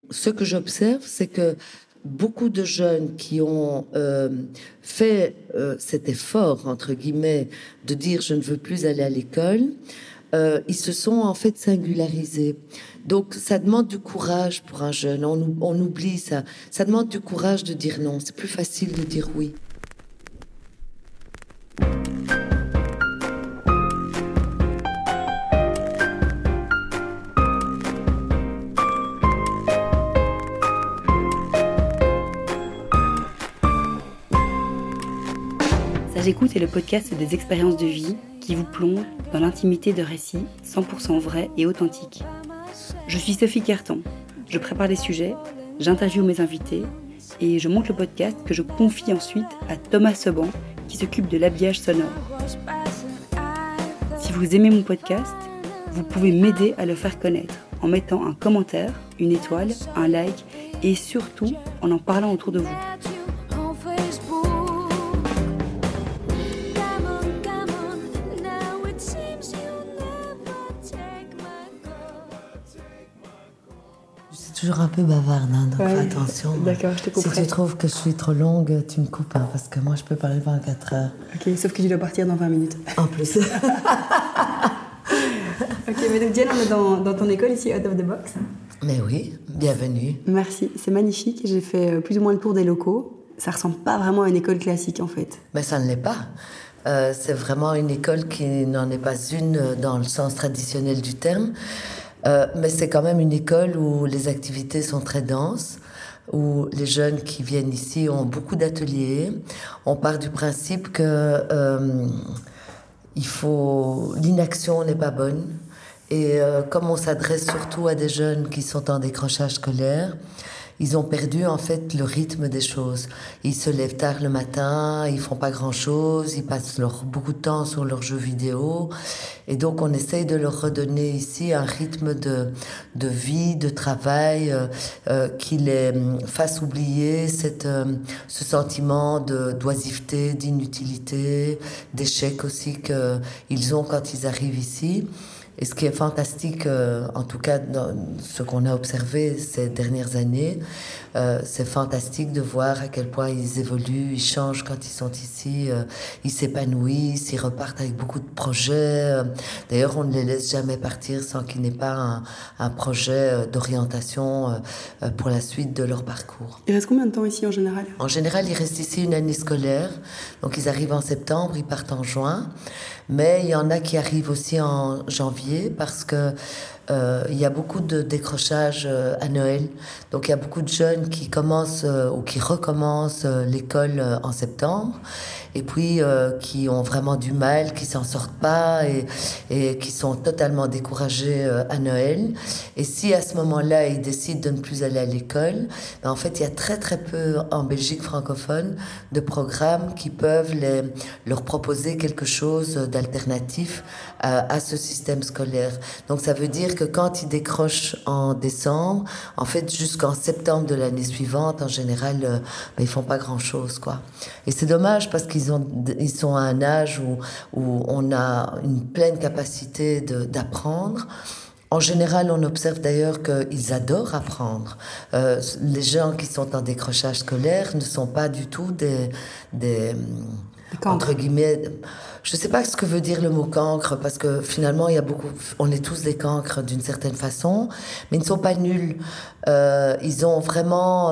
Ce que j'observe, c'est que beaucoup de jeunes qui ont fait cet effort, entre guillemets, de dire je ne veux plus aller à l'école, ils se sont en fait singularisés. Donc ça demande du courage pour un jeune, on oublie ça. Ça demande du courage de dire non, c'est plus facile de dire oui. J'écoute est le podcast des expériences de vie qui vous plonge dans l'intimité de récits 100% vrais et authentiques. Je suis Sophie Carton, je prépare les sujets, j'interviewe mes invités et je monte le podcast que je confie ensuite à Thomas Seban qui s'occupe de l'habillage sonore. Si vous aimez mon podcast, vous pouvez m'aider à le faire connaître en mettant un commentaire, une étoile, un like et surtout en en parlant autour de vous. Toujours un peu bavarde, hein, donc ouais, attention. D'accord, je te couperai. Si tu trouves que je suis trop longue, tu me coupes, hein, parce que moi, je peux parler pendant 4 heures. Ok, sauf que tu dois partir dans 20 minutes. En plus. Ok, mais donc Diane, on est dans ton école ici, Out of the Box. Mais oui, bienvenue. Merci, c'est magnifique. J'ai fait plus ou moins le tour des locaux. Ça ressemble pas vraiment à une école classique, en fait. Mais ça ne l'est pas. C'est vraiment une école qui n'en est pas une dans le sens traditionnel du terme. Mais c'est quand même une école où les activités sont très denses, où les jeunes qui viennent ici ont beaucoup d'ateliers. On part du principe que l'inaction n'est pas bonne. Et comme on s'adresse surtout à des jeunes qui sont en décrochage scolaire, ils ont perdu en fait le rythme des choses. Ils se lèvent tard le matin, ils font pas grand-chose, ils passent beaucoup de temps sur leurs jeux vidéo. Et donc on essaye de leur redonner ici un rythme de vie, de travail, qui les fasse oublier ce sentiment d'oisiveté, d'inutilité, d'échec aussi qu'ils ont quand ils arrivent ici. Et ce qui est fantastique, en tout cas dans ce qu'on a observé ces dernières années, c'est fantastique de voir à quel point ils évoluent, ils changent quand ils sont ici, ils s'épanouissent, ils repartent avec beaucoup de projets. D'ailleurs, on ne les laisse jamais partir sans qu'il n'ait pas un projet d'orientation pour la suite de leur parcours. Ils restent combien de temps ici en général ? En général, ils restent ici une année scolaire. Donc ils arrivent en septembre, ils partent en juin. Mais il y en a qui arrivent aussi en janvier parce que il y a beaucoup de décrochages à Noël. Donc il y a beaucoup de jeunes qui commencent ou qui recommencent l'école en septembre et puis qui ont vraiment du mal, qui s'en sortent pas et qui sont totalement découragés à Noël. Et si à ce moment-là, ils décident de ne plus aller à l'école, ben en fait, il y a très très peu en Belgique francophone de programmes qui peuvent leur proposer quelque chose d'alternatif à ce système scolaire. Donc ça veut dire que quand ils décrochent en décembre, en fait jusqu'en septembre de l'année suivante, en général, ils font pas grand-chose, quoi. Et c'est dommage parce qu'ils sont à un âge où on a une pleine capacité d'apprendre. En général, on observe d'ailleurs qu'ils adorent apprendre. Les gens qui sont en décrochage scolaire ne sont pas du tout des entre guillemets, je ne sais pas ce que veut dire le mot cancre, parce que finalement, on est tous des cancres d'une certaine façon, mais ils ne sont pas nuls. Ils ont vraiment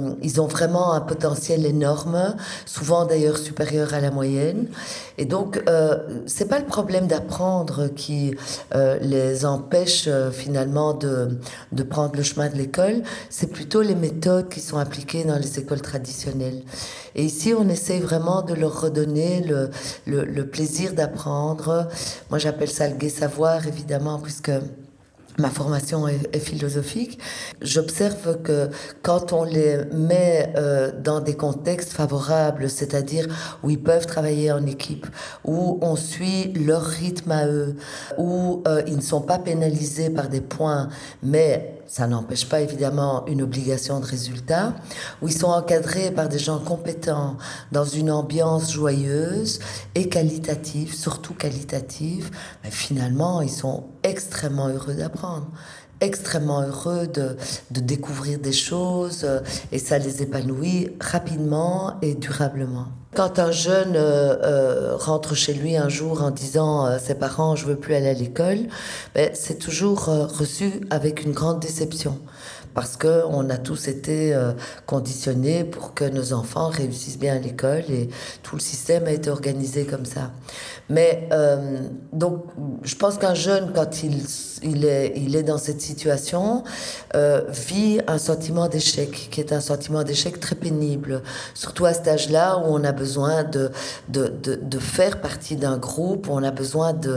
un potentiel énorme, souvent d'ailleurs supérieur à la moyenne. Et donc, c'est pas le problème d'apprendre qui les empêche finalement de prendre le chemin de l'école, c'est plutôt les méthodes qui sont appliquées dans les écoles traditionnelles. Et ici, on essaye vraiment de leur redonner le plaisir d'apprendre. Moi, j'appelle ça le gai savoir, évidemment, puisque ma formation est philosophique. J'observe que quand on les met dans des contextes favorables, c'est-à-dire où ils peuvent travailler en équipe, où on suit leur rythme à eux, où ils ne sont pas pénalisés par des points, mais ça n'empêche pas évidemment une obligation de résultat, où ils sont encadrés par des gens compétents dans une ambiance joyeuse et qualitative, surtout qualitative, mais finalement ils sont extrêmement heureux d'apprendre. extrêmement heureux de découvrir des choses et ça les épanouit rapidement et durablement. Quand un jeune rentre chez lui un jour en disant à ses parents « je veux plus aller à l'école », c'est toujours reçu avec une grande déception. Parce qu'on a tous été conditionnés pour que nos enfants réussissent bien à l'école et tout le système a été organisé comme ça. Mais donc, je pense qu'un jeune, quand il est dans cette situation, vit un sentiment d'échec, qui est un sentiment d'échec très pénible. Surtout à cet âge-là où on a besoin de faire partie d'un groupe, où on a besoin de...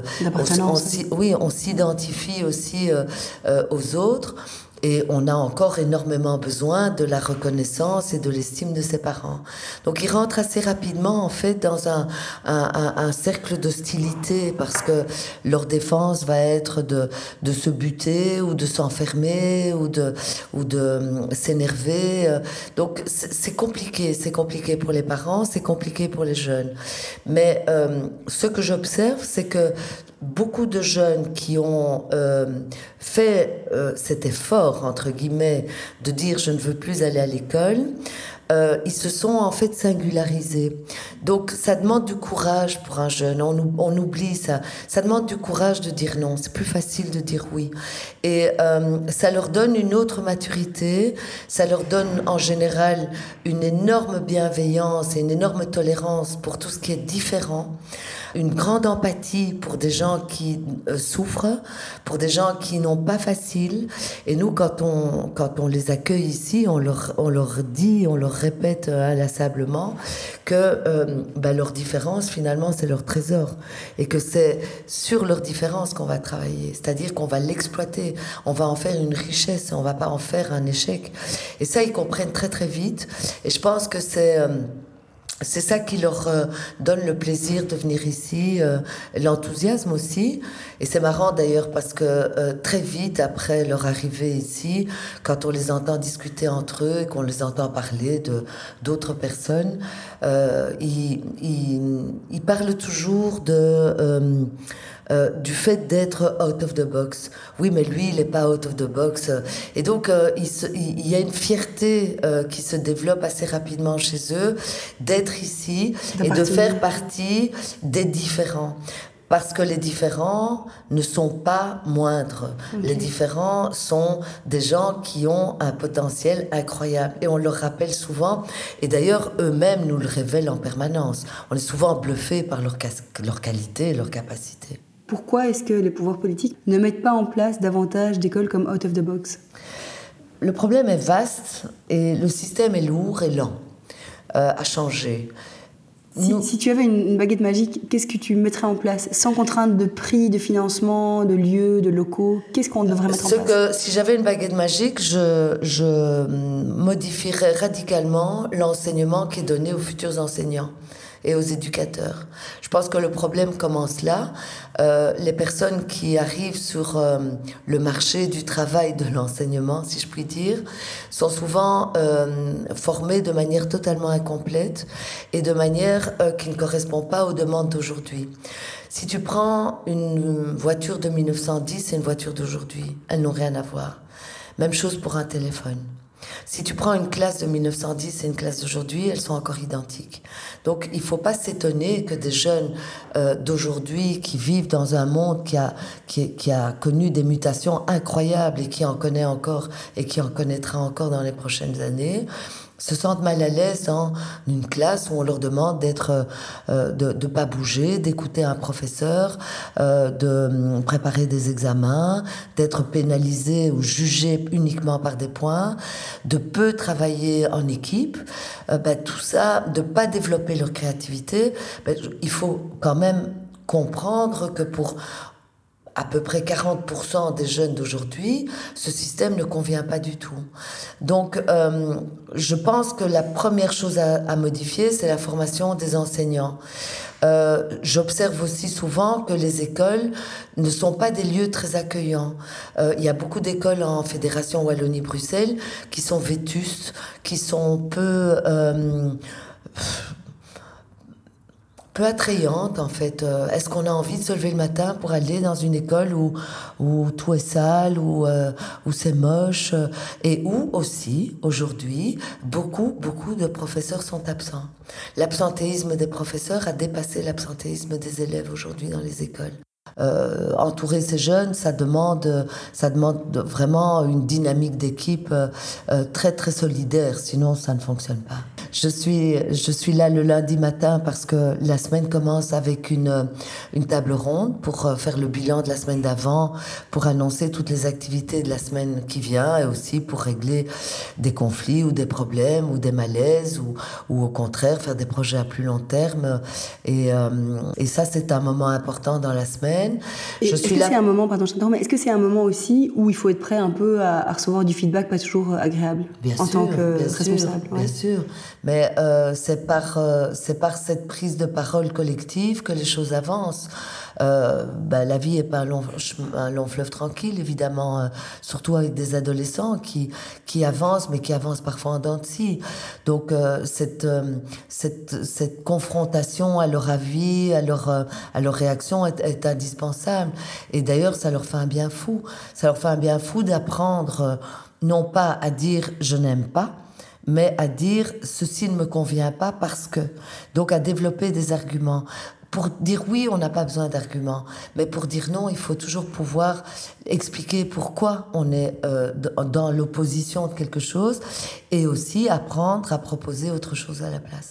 On s'identifie aussi aux autres. Et on a encore énormément besoin de la reconnaissance et de l'estime de ses parents. Donc il rentre assez rapidement en fait dans un cercle d'hostilité parce que leur défense va être de se buter ou de s'enfermer ou de s'énerver. Donc c'est compliqué pour les parents, c'est compliqué pour les jeunes. Mais ce que j'observe, c'est que beaucoup de jeunes qui ont fait cet effort, entre guillemets, de dire « je ne veux plus aller à l'école », ils se sont en fait singularisés. Donc ça demande du courage pour un jeune, on oublie ça. Ça demande du courage de dire non, c'est plus facile de dire oui. Et ça leur donne une autre maturité, ça leur donne en général une énorme bienveillance et une énorme tolérance pour tout ce qui est différent. Une grande empathie pour des gens qui souffrent, pour des gens qui n'ont pas facile. Et nous, quand on les accueille ici, on leur dit, on leur répète inlassablement que leur différence, finalement, c'est leur trésor. Et que c'est sur leur différence qu'on va travailler. C'est-à-dire qu'on va l'exploiter. On va en faire une richesse. On ne va pas en faire un échec. Et ça, ils comprennent très, très vite. Et je pense que c'est ça qui leur donne le plaisir de venir ici, l'enthousiasme aussi. Et c'est marrant d'ailleurs parce que très vite après leur arrivée ici, quand on les entend discuter entre eux et qu'on les entend parler d'autres personnes, ils parlent toujours du fait d'être out of the box. Oui, mais lui, il n'est pas out of the box. Et donc, il y a une fierté qui se développe assez rapidement chez eux d'être ici et de faire partie des différents. Parce que les différents ne sont pas moindres. Okay. Les différents sont des gens qui ont un potentiel incroyable. Et on leur rappelle souvent, et d'ailleurs eux-mêmes nous le révèlent en permanence. On est souvent bluffés par leur qualité, leur capacité. Pourquoi est-ce que les pouvoirs politiques ne mettent pas en place davantage d'écoles comme Out of the Box ? Le problème est vaste et le système est lourd et lent à changer. Si tu avais une baguette magique, qu'est-ce que tu mettrais en place ? Sans contrainte de prix, de financement, de lieux, de locaux, qu'est-ce qu'on devrait mettre en place ? Si j'avais une baguette magique, je modifierais radicalement l'enseignement qui est donné aux futurs enseignants et aux éducateurs. Je pense que le problème commence là. Les personnes qui arrivent sur le marché du travail de l'enseignement, si je puis dire, sont souvent formées de manière totalement incomplète et de manière qui ne correspond pas aux demandes d'aujourd'hui. Si tu prends une voiture de 1910 et une voiture d'aujourd'hui, elles n'ont rien à voir. Même chose pour un téléphone. Si tu prends une classe de 1910 et une classe d'aujourd'hui, elles sont encore identiques. Donc, il ne faut pas s'étonner que des jeunes d'aujourd'hui qui vivent dans un monde qui a connu des mutations incroyables et qui en connaît encore et qui en connaîtra encore dans les prochaines années, se sentent mal à l'aise dans une classe où on leur demande de pas bouger, d'écouter un professeur, de préparer des examens, d'être pénalisés ou jugés uniquement par des points, de peu travailler en équipe, tout ça, de pas développer leur créativité. Il faut quand même comprendre que pour à peu près 40% des jeunes d'aujourd'hui, ce système ne convient pas du tout. Donc, je pense que la première chose à modifier, c'est la formation des enseignants. J'observe aussi souvent que les écoles ne sont pas des lieux très accueillants. Il y a beaucoup d'écoles en Fédération Wallonie-Bruxelles qui sont vétustes, qui sont peu peu attrayante en fait. Est-ce qu'on a envie de se lever le matin pour aller dans une école où tout est sale, où c'est moche, et où aussi, aujourd'hui, beaucoup de professeurs sont absents. L'absentéisme des professeurs a dépassé l'absentéisme des élèves aujourd'hui dans les écoles. Entourer ces jeunes, ça demande vraiment une dynamique d'équipe très très solidaire, sinon ça ne fonctionne pas. Je suis là le lundi matin parce que la semaine commence avec une table ronde pour faire le bilan de la semaine d'avant, pour annoncer toutes les activités de la semaine qui vient et aussi pour régler des conflits ou des problèmes ou des malaises ou au contraire faire des projets à plus long terme. Et ça, c'est un moment important dans la semaine. C'est un moment, pardon, je t'interromps, mais est-ce que c'est un moment aussi où il faut être prêt un peu à recevoir du feedback pas toujours agréable tant que responsable? Bien sûr. Mais c'est par cette prise de parole collective que les choses avancent. La vie n'est pas un long fleuve tranquille, évidemment, surtout avec des adolescents qui avancent, mais qui avancent parfois en dents de scie. Donc, cette confrontation à leur avis, à leur réaction est indispensable. Et d'ailleurs, ça leur fait un bien fou. Ça leur fait un bien fou d'apprendre, non pas à dire « je n'aime pas », mais à dire « ceci ne me convient pas parce que ». Donc à développer des arguments. Pour dire oui, on n'a pas besoin d'arguments. Mais pour dire non, il faut toujours pouvoir expliquer pourquoi on est dans l'opposition de quelque chose et aussi apprendre à proposer autre chose à la place.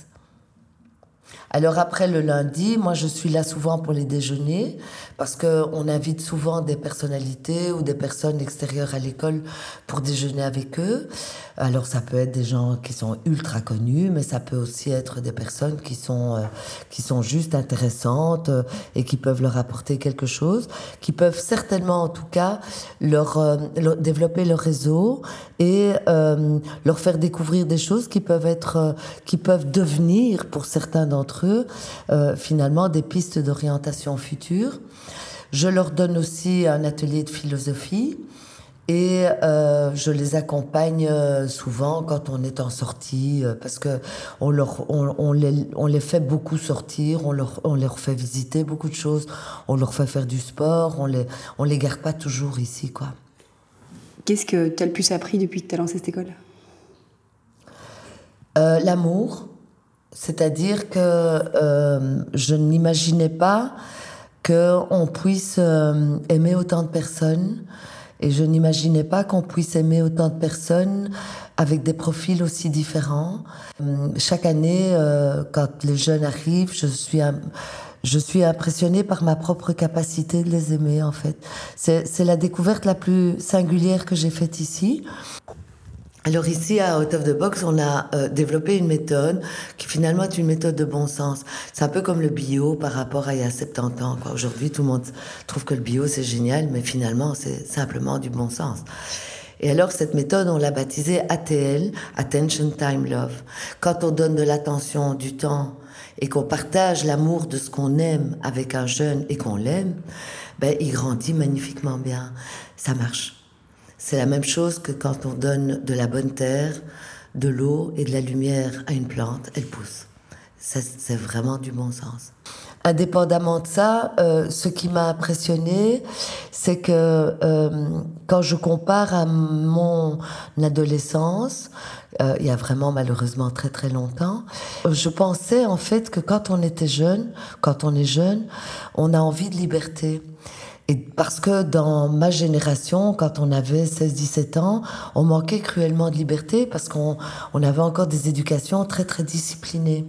Alors après le lundi, moi je suis là souvent pour les déjeuners parce qu'on invite souvent des personnalités ou des personnes extérieures à l'école pour déjeuner avec eux. Alors ça peut être des gens qui sont ultra connus, mais ça peut aussi être des personnes qui sont juste intéressantes et qui peuvent leur apporter quelque chose, qui peuvent certainement en tout cas leur développer leur réseau et leur faire découvrir des choses qui peuvent devenir pour certains d'entre eux finalement des pistes d'orientation future. Je leur donne aussi un atelier de philosophie et je les accompagne souvent quand on est en sortie parce que on les fait beaucoup sortir, on leur fait visiter beaucoup de choses, on leur fait faire du sport, on les garde pas toujours ici quoi. Qu'est-ce que tu as le plus appris depuis que tu as lancé cette école ? L'amour. C'est-à-dire que je n'imaginais pas qu'on puisse aimer autant de personnes et je n'imaginais pas qu'on puisse aimer autant de personnes avec des profils aussi différents. Chaque année, quand les jeunes arrivent, je suis impressionnée par ma propre capacité de les aimer, en fait. C'est la découverte la plus singulière que j'ai faite ici. Alors ici, à Out of the Box, on a développé une méthode qui finalement est une méthode de bon sens. C'est un peu comme le bio par rapport à il y a 70 ans, quoi. Aujourd'hui, tout le monde trouve que le bio, c'est génial, mais finalement, c'est simplement du bon sens. Et alors, cette méthode, on l'a baptisée ATL, Attention, Time, Love. Quand on donne de l'attention, du temps, et qu'on partage l'amour de ce qu'on aime avec un jeune et qu'on l'aime, il grandit magnifiquement bien. Ça marche. C'est la même chose que quand on donne de la bonne terre, de l'eau et de la lumière à une plante, elle pousse. C'est vraiment du bon sens. Indépendamment de ça, ce qui m'a impressionnée, c'est que quand je compare à mon adolescence, il y a vraiment malheureusement très très longtemps, je pensais en fait que quand on est jeune, on a envie de liberté. Et parce que dans ma génération, quand on avait 16-17 ans, on manquait cruellement de liberté parce qu'on avait encore des éducations très très disciplinées.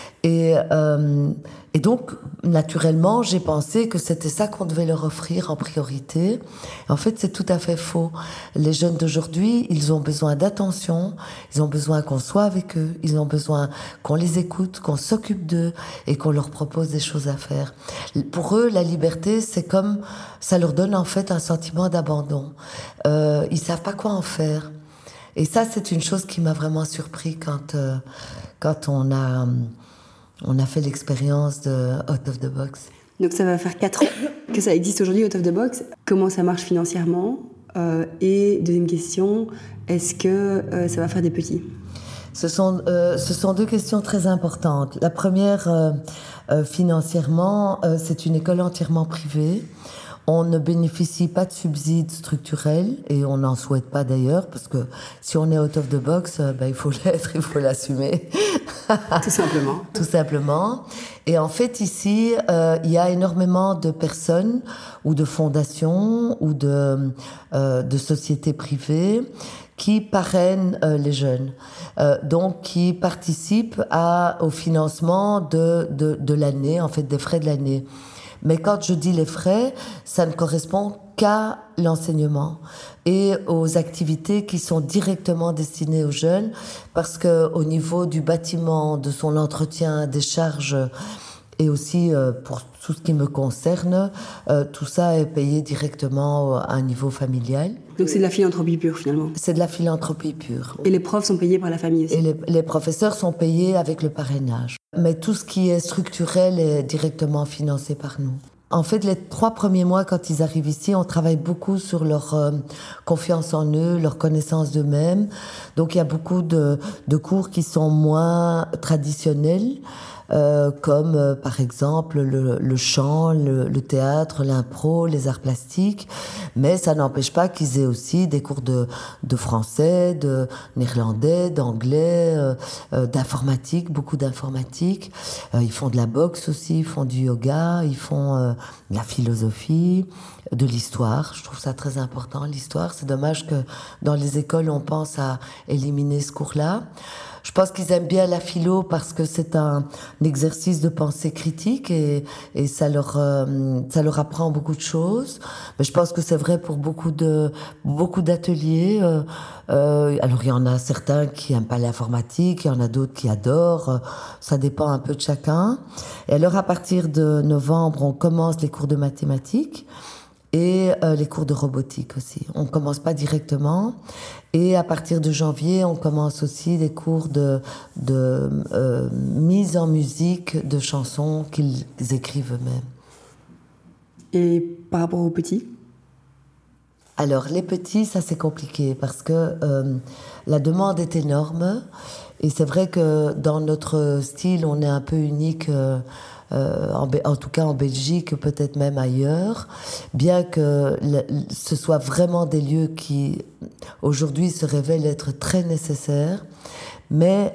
Et donc, naturellement, j'ai pensé que c'était ça qu'on devait leur offrir en priorité. En fait, c'est tout à fait faux. Les jeunes d'aujourd'hui, ils ont besoin d'attention, ils ont besoin qu'on soit avec eux, ils ont besoin qu'on les écoute, qu'on s'occupe d'eux et qu'on leur propose des choses à faire. Pour eux, la liberté, c'est comme, ça leur donne en fait un sentiment d'abandon. Ils savent pas quoi en faire. Et ça, c'est une chose qui m'a vraiment surpris quand on a fait l'expérience de Out of the Box. Donc ça va faire 4 ans que ça existe aujourd'hui, Out of the Box. Comment ça marche financièrement ? Et deuxième question, est-ce que ça va faire des petits ? Ce sont deux questions très importantes. La première, financièrement, c'est une école entièrement privée. On ne bénéficie pas de subsides structurels et on n'en souhaite pas d'ailleurs parce que si on est out of the box, il faut l'être, il faut l'assumer. Tout simplement. Tout simplement. Et en fait, ici, il y a énormément de personnes ou de fondations ou de sociétés privées qui parrainent les jeunes, donc qui participent au financement de l'année, en fait, des frais de l'année. Mais quand je dis les frais, ça ne correspond qu'à l'enseignement et aux activités qui sont directement destinées aux jeunes, parce que au niveau du bâtiment, de son entretien, des charges, et aussi pour tout ce qui me concerne, tout ça est payé directement à un niveau familial. Donc c'est de la philanthropie pure finalement. C'est de la philanthropie pure. Et les profs sont payés par la famille aussi. Et les professeurs sont payés avec le parrainage. Mais tout ce qui est structurel est directement financé par nous. En fait, les 3 premiers mois, quand ils arrivent ici, on travaille beaucoup sur leur confiance en eux, leur connaissance d'eux-mêmes. Donc il y a beaucoup de cours qui sont moins traditionnels. Comme par exemple le chant, le théâtre, l'impro, les arts plastiques, mais ça n'empêche pas qu'ils aient aussi des cours de français, de néerlandais, d'anglais, d'informatique, beaucoup d'informatique. Ils font de la boxe aussi, ils font du yoga, ils font de la philosophie, de l'histoire. Je trouve ça très important, l'histoire. C'est dommage que dans les écoles, on pense à éliminer ce cours-là. Je pense qu'ils aiment bien la philo parce que c'est un exercice de pensée critique et ça leur apprend beaucoup de choses. Mais je pense que c'est vrai pour beaucoup d'ateliers. Alors il y en a certains qui aiment pas l'informatique, il y en a d'autres qui adorent. Ça dépend un peu de chacun. Et alors à partir de novembre, on commence les cours de mathématiques. Et les cours de robotique aussi. On commence pas directement. Et à partir de janvier, on commence aussi des cours de mise en musique de chansons qu'ils écrivent eux-mêmes. Et par rapport aux petits ? Alors, les petits, ça c'est compliqué parce que la demande est énorme. Et c'est vrai que dans notre style, on est un peu unique... en tout cas en Belgique, peut-être même ailleurs, bien que ce soit vraiment des lieux qui, aujourd'hui, se révèlent être très nécessaires. Mais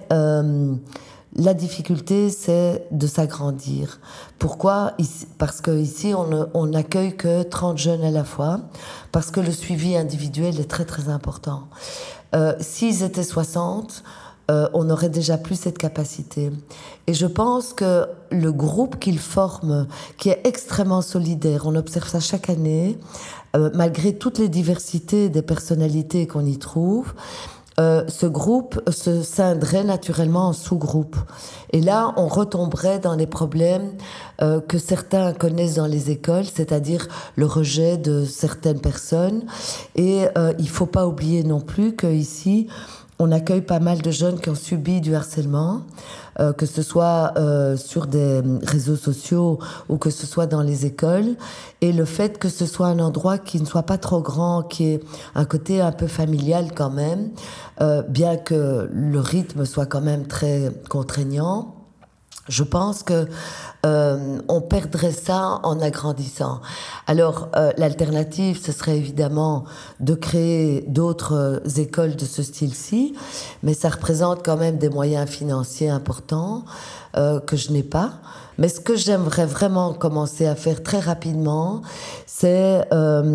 la difficulté, c'est de s'agrandir. Pourquoi ? Parce qu'ici, on n'accueille que 30 jeunes à la fois, parce que le suivi individuel est très, très important. S'ils étaient 60... on aurait déjà plus cette capacité. Et je pense que le groupe qu'ils forment, qui est extrêmement solidaire, on observe ça chaque année, malgré toutes les diversités des personnalités qu'on y trouve, ce groupe se scinderait naturellement en sous-groupes. Et là, on retomberait dans les problèmes que certains connaissent dans les écoles, c'est-à-dire le rejet de certaines personnes. Et il faut pas oublier non plus qu'ici, on accueille pas mal de jeunes qui ont subi du harcèlement, que ce soit sur des réseaux sociaux ou que ce soit dans les écoles. Et le fait que ce soit un endroit qui ne soit pas trop grand, qui ait un côté un peu familial quand même, bien que le rythme soit quand même très contraignant, je pense que on perdrait ça en agrandissant. Alors, l'alternative, ce serait évidemment de créer d'autres écoles de ce style-ci, mais ça représente quand même des moyens financiers importants que je n'ai pas. Mais ce que j'aimerais vraiment commencer à faire très rapidement, c'est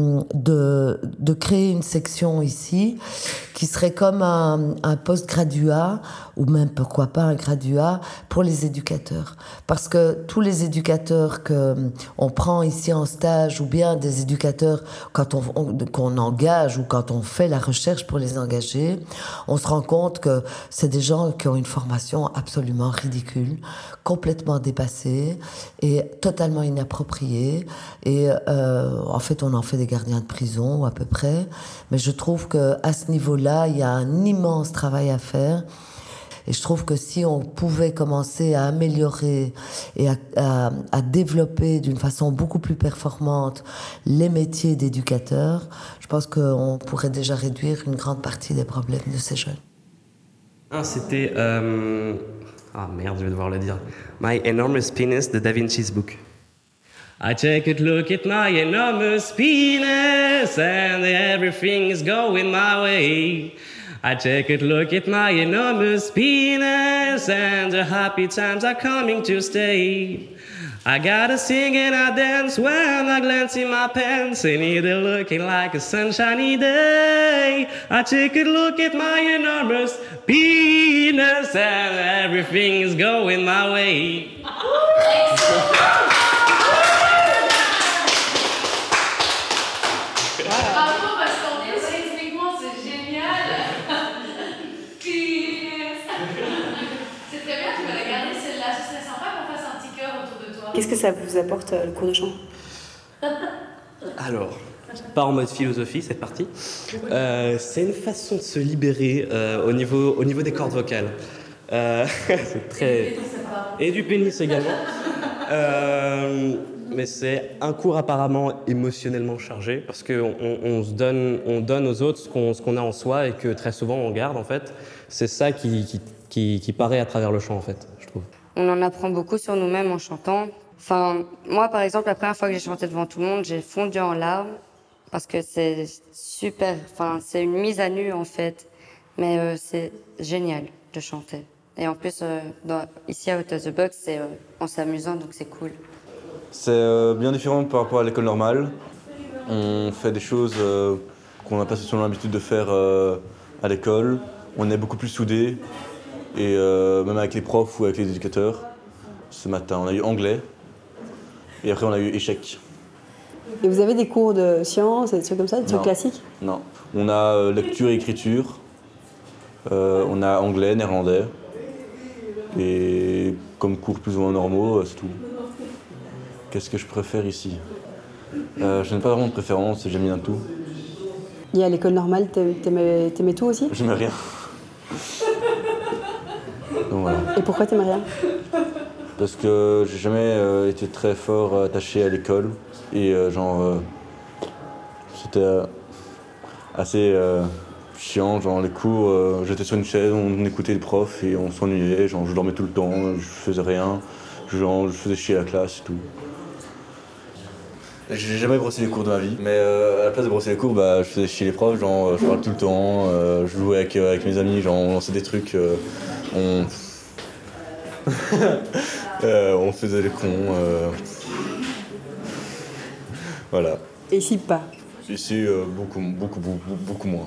de créer une section ici qui serait comme un post-graduat, ou même pourquoi pas un graduat, pour les éducateurs. Parce que tous les éducateurs qu'on prend ici en stage, ou bien des éducateurs qu'on engage, ou quand on fait la recherche pour les engager, on se rend compte que c'est des gens qui ont une formation absolument ridicule, complètement dépassée et totalement inappropriée. Et en fait, on en fait des gardiens de prison, à peu près. Mais je trouve qu'à ce niveau-là, il y a un immense travail à faire. Et je trouve que si on pouvait commencer à améliorer et à développer d'une façon beaucoup plus performante les métiers d'éducateur, je pense qu'on pourrait déjà réduire une grande partie des problèmes de ces jeunes. Ah, c'était... Ah merde, je vais devoir le dire. My Enormous Penis de Da Vinci's Book. I take a look at my enormous penis and everything is going my way. I take a look at my enormous penis and the happy times are coming to stay. I gotta sing and I dance when I glance in my pants and either looking like a sunshiny day. I take a look at my enormous penis and everything is going my way. Bravo, parce qu'en plus, rythmiquement, c'est génial. C'est très bien, tu vas la garder celle-là. Ce serait sympa qu'on fasse un petit cœur autour de toi. Qu'est-ce que ça vous apporte le cours de chant? Alors, pas en mode philosophie cette partie. C'est une façon de se libérer au niveau des cordes vocales. C'est très... Et du pénis également. Mais c'est un cours apparemment émotionnellement chargé parce qu'on donne aux autres ce qu'on a en soi et que très souvent on garde en fait. C'est ça qui paraît à travers le chant en fait, je trouve. On en apprend beaucoup sur nous-mêmes en chantant. Enfin, moi par exemple, la première fois que j'ai chanté devant tout le monde, j'ai fondu en larmes parce que c'est super, enfin c'est une mise à nu en fait. Mais c'est génial de chanter. Et en plus, ici à Out of the Box, c'est en s'amusant, donc c'est cool. C'est bien différent par rapport à l'école normale. On fait des choses qu'on n'a pas spécialement l'habitude de faire à l'école. On est beaucoup plus soudés, et même avec les profs ou avec les éducateurs. Ce matin, on a eu anglais, et après on a eu échec. Et vous avez des cours de sciences, des trucs comme ça, des trucs Non. classiques? Non. On a lecture et écriture, on a anglais, néerlandais, et comme cours plus ou moins normaux, c'est tout. Qu'est-ce que je préfère ici? Je n'ai pas vraiment de préférence, j'aime bien tout. Et à l'école normale, t'aimais tout aussi? J'aimais rien. Donc voilà. Et pourquoi t'aimais rien? Parce que j'ai jamais été très fort attaché à l'école. Et c'était assez chiant. Genre les cours, j'étais sur une chaise, on écoutait le prof et on s'ennuyait. Genre je dormais tout le temps, je faisais rien. Je faisais chier la classe et tout. J'ai jamais brossé les cours de ma vie, mais à la place de brosser les cours, je faisais chier les profs, genre je parlais tout le temps, je jouais avec mes amis, genre on lançait des trucs, on faisait les cons, voilà. Et ici, pas? Ici, beaucoup moins.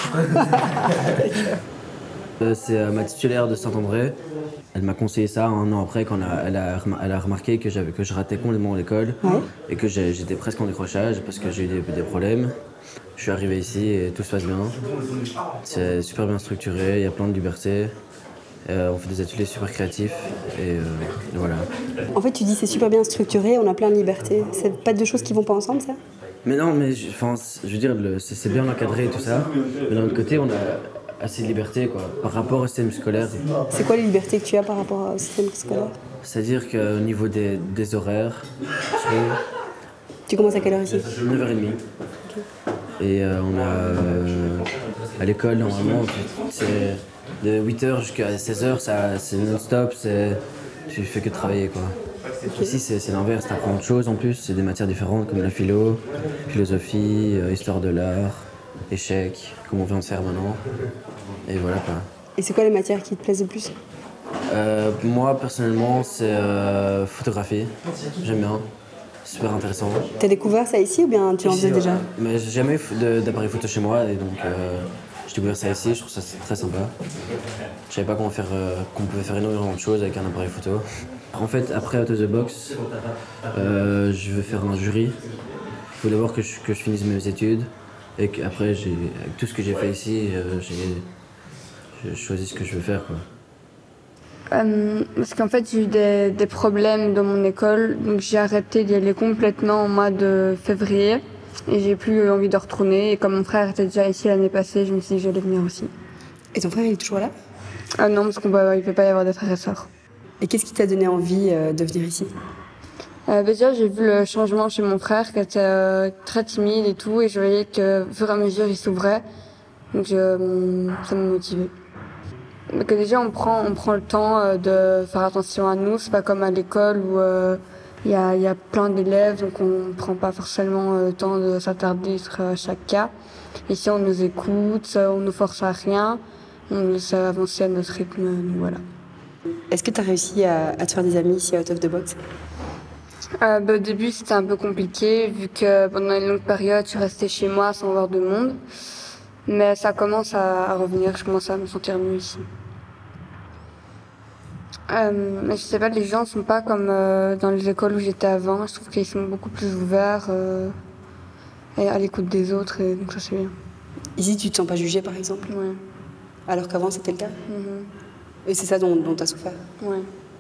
C'est ma titulaire de Saint-André. Elle m'a conseillé ça un an après quand elle a remarqué que je ratais complètement l'école et que j'étais presque en décrochage parce que j'ai eu des problèmes. Je suis arrivé ici et tout se passe bien. C'est super bien structuré, il y a plein de liberté. On fait des ateliers super créatifs et voilà. En fait, tu dis c'est super bien structuré, on a plein de liberté. C'est pas deux choses qui vont pas ensemble, ça? Mais non, mais je veux dire, c'est bien encadré et tout ça. Mais d'un autre côté, on a assez de liberté quoi, par rapport au système scolaire. C'est quoi les libertés que tu as par rapport au système scolaire? C'est-à-dire qu'au niveau des horaires, je trouve, Tu commences à quelle heure ici? 9h30. Et on a à l'école normalement c'est de 8h jusqu'à 16h, c'est non-stop, tu fais que travailler quoi. Ici c'est l'inverse, t'apprends autre chose en plus, c'est des matières différentes comme la philosophie, histoire de l'art, échecs, comme on vient de faire maintenant. Et voilà quoi. Et c'est quoi les matières qui te plaisent le plus? Moi personnellement c'est photographie, j'aime bien. Super intéressant. T'as découvert ça ici ou bien tu en faisais déjà? Mais j'ai jamais eu d'appareil photo chez moi et donc j'ai découvert ça ici, je trouve ça très sympa. Je savais pas qu'on pouvait faire énormément de choses avec un appareil photo. En fait, après Out of the Box, je veux faire un jury. Il faut d'abord que je finisse mes études et qu'après, avec tout ce que j'ai fait ici, j'ai choisi ce que je veux faire quoi. Parce qu'en fait, j'ai eu des problèmes dans mon école, donc j'ai arrêté d'y aller complètement au mois de février et j'ai plus envie de retourner. Et comme mon frère était déjà ici l'année passée, je me suis dit que j'allais venir aussi. Et ton frère, il est toujours là? Ah non, parce qu'il ne peut pas y avoir de frères et sœurs. Et qu'est-ce qui t'a donné envie de venir ici? Déjà, j'ai vu le changement chez mon frère qui était très timide et tout, et je voyais qu'au fur et à mesure, il s'ouvrait. Donc ça m'a motivée. Que déjà on prend le temps de faire attention à nous. C'est pas comme à l'école où il y a plein d'élèves, donc on prend pas forcément le temps de s'attarder sur chaque cas. Ici on nous écoute, on nous force à rien, on nous laisse avancer à notre rythme, donc voilà. Est-ce que tu as réussi à te faire des amis ici à Out of the Box? Au début c'était un peu compliqué vu que pendant une longue période je suis restée chez moi sans voir de monde. Mais ça commence à revenir, je commence à me sentir mieux ici. Mais je sais pas, les gens sont pas comme dans les écoles où j'étais avant. Je trouve qu'ils sont beaucoup plus ouverts et à l'écoute des autres, et donc ça c'est bien. Ici, tu te sens pas jugée, par exemple? Ouais. Alors qu'avant, c'était le cas? Et c'est ça dont tu as souffert? Ouais.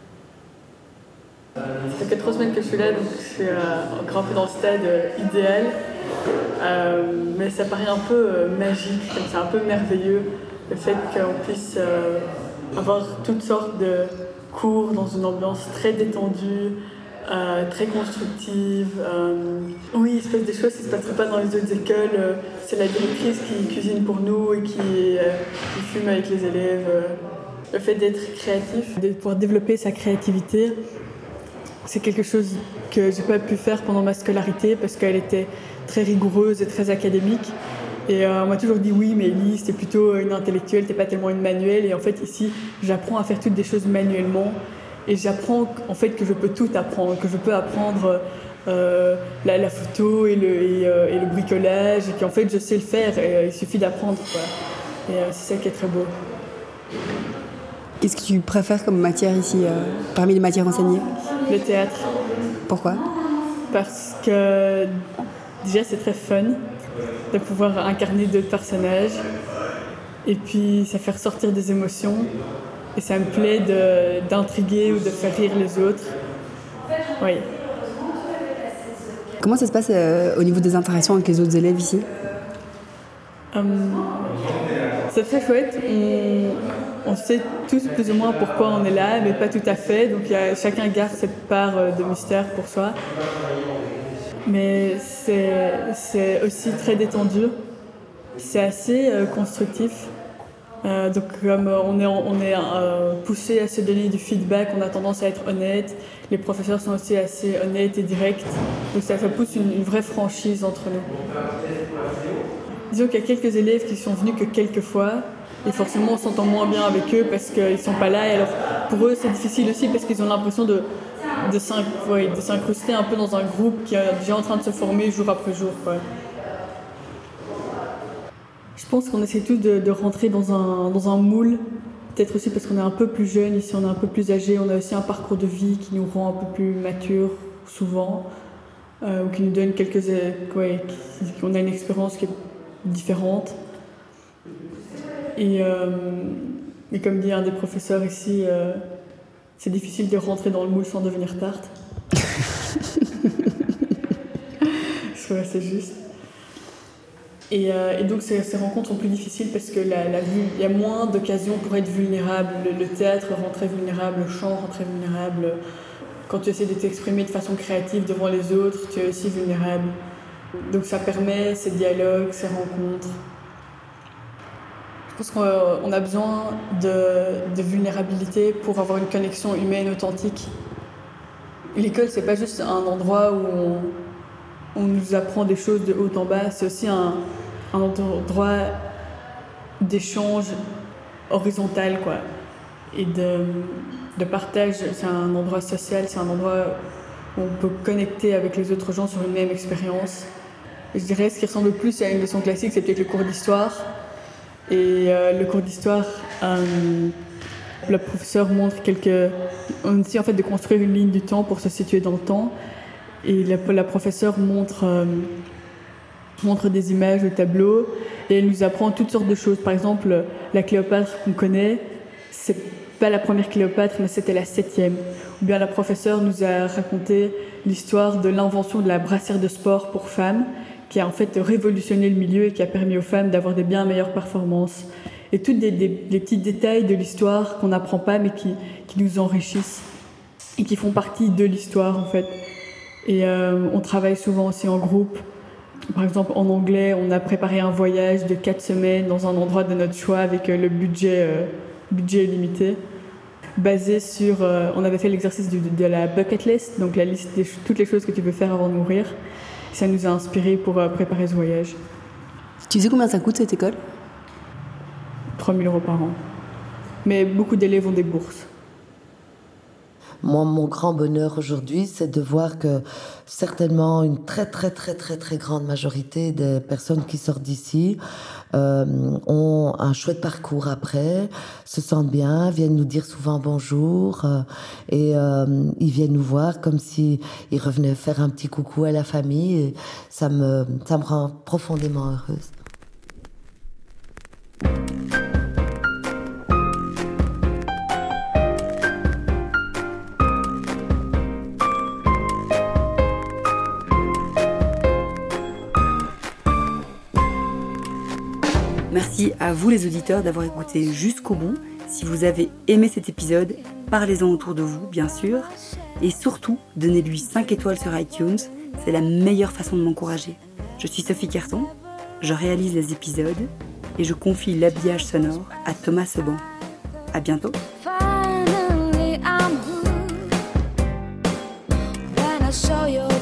Ça fait que 3 semaines que je suis là, donc je suis encore un peu dans le stade idéal. Mais ça paraît un peu magique, c'est un peu merveilleux, le fait qu'on puisse avoir toutes sortes de cours dans une ambiance très détendue, très constructive. Oui, il se passe des choses qui ne se passeraient pas dans les autres écoles. C'est la directrice qui cuisine pour nous et qui fume avec les élèves. Le fait d'être créatif, de pouvoir développer sa créativité, c'est quelque chose que j'ai pas pu faire pendant ma scolarité parce qu'elle était très rigoureuse et très académique. Et on m'a toujours dit oui, mais Elise, t'es plutôt une intellectuelle, t'es pas tellement une manuelle. Et en fait, ici, j'apprends à faire toutes des choses manuellement. Et j'apprends en fait que je peux tout apprendre, que je peux apprendre la photo et le bricolage, et qu'en fait, je sais le faire. Et il suffit d'apprendre, quoi. Et c'est ça qui est très beau. Qu'est-ce que tu préfères comme matière ici, parmi les matières enseignées? Le théâtre. Pourquoi? Parce que déjà c'est très fun de pouvoir incarner d'autres personnages et puis ça fait ressortir des émotions et ça me plaît d'intriguer ou de faire rire les autres. Oui. Comment ça se passe au niveau des interactions avec les autres élèves ici? C'est très chouette. On sait tous plus ou moins pourquoi on est là, mais pas tout à fait. Donc chacun garde cette part de mystère pour soi. Mais c'est aussi très détendu. C'est assez constructif. Donc comme on est poussé à se donner du feedback, on a tendance à être honnête. Les professeurs sont aussi assez honnêtes et directs. Donc ça pousse une vraie franchise entre nous. Disons qu'il y a quelques élèves qui sont venus que quelques fois. Et forcément, on s'entend moins bien avec eux parce qu'ils ne sont pas là. Et alors, pour eux, c'est difficile aussi parce qu'ils ont l'impression de s'incruster un peu dans un groupe qui est déjà en train de se former jour après jour, quoi. Je pense qu'on essaie tous de rentrer dans un moule. Peut-être aussi parce qu'on est un peu plus jeune, ici on est un peu plus âgé. On a aussi un parcours de vie qui nous rend un peu plus matures, souvent. Ou qui nous donne qu'on a une expérience qui est différente. Et comme dit un des professeurs ici, c'est difficile de rentrer dans le moule sans devenir tarte. C'est juste. Et donc ces rencontres sont plus difficiles parce que il y a moins d'occasions pour être vulnérable. Le théâtre rend très vulnérable, le chant rend très vulnérable. Quand tu essaies de t'exprimer de façon créative devant les autres, tu es aussi vulnérable. Donc ça permet ces dialogues, ces rencontres. Je pense qu'on a besoin de vulnérabilité pour avoir une connexion humaine authentique. L'école, c'est pas juste un endroit où on nous apprend des choses de haut en bas, c'est aussi un endroit d'échange horizontal, quoi, et de partage. C'est un endroit social, c'est un endroit où on peut connecter avec les autres gens sur une même expérience. Et je dirais ce qui ressemble le plus à une leçon classique, c'est peut-être le cours d'histoire. Et le cours d'histoire, le professeur montre on essaie en fait de construire une ligne du temps pour se situer dans le temps. Et la professeure montre des images au tableau et elle nous apprend toutes sortes de choses. Par exemple, la Cléopâtre qu'on connaît, c'est pas la première Cléopâtre, mais c'était la 7e. Ou bien la professeure nous a raconté l'histoire de l'invention de la brassière de sport pour femmes, qui a en fait révolutionné le milieu et qui a permis aux femmes d'avoir des bien meilleures performances. Et tous des petits détails de l'histoire qu'on n'apprend pas, mais qui nous enrichissent et qui font partie de l'histoire, en fait. Et on travaille souvent aussi en groupe. Par exemple, en anglais, on a préparé un voyage de 4 semaines dans un endroit de notre choix avec le budget budget limité, basé sur... on avait fait l'exercice de la bucket list, donc la liste de toutes les choses que tu veux faire avant de mourir. Ça nous a inspiré pour préparer ce voyage. Tu sais combien ça coûte cette école ? 3 000 € par an. Mais beaucoup d'élèves ont des bourses. Moi, mon grand bonheur aujourd'hui, c'est de voir que certainement une très grande majorité des personnes qui sortent d'ici ont un chouette parcours après, se sentent bien, viennent nous dire souvent bonjour et ils viennent nous voir comme si ils revenaient faire un petit coucou à la famille. Et ça me rend profondément heureuse. Merci à vous les auditeurs d'avoir écouté jusqu'au bout. Si vous avez aimé cet épisode, parlez-en autour de vous, bien sûr. Et surtout, donnez-lui 5 étoiles sur iTunes. C'est la meilleure façon de m'encourager. Je suis Sophie Carton, je réalise les épisodes et je confie l'habillage sonore à Thomas Seban. À bientôt. Finally, I'm home when I saw you.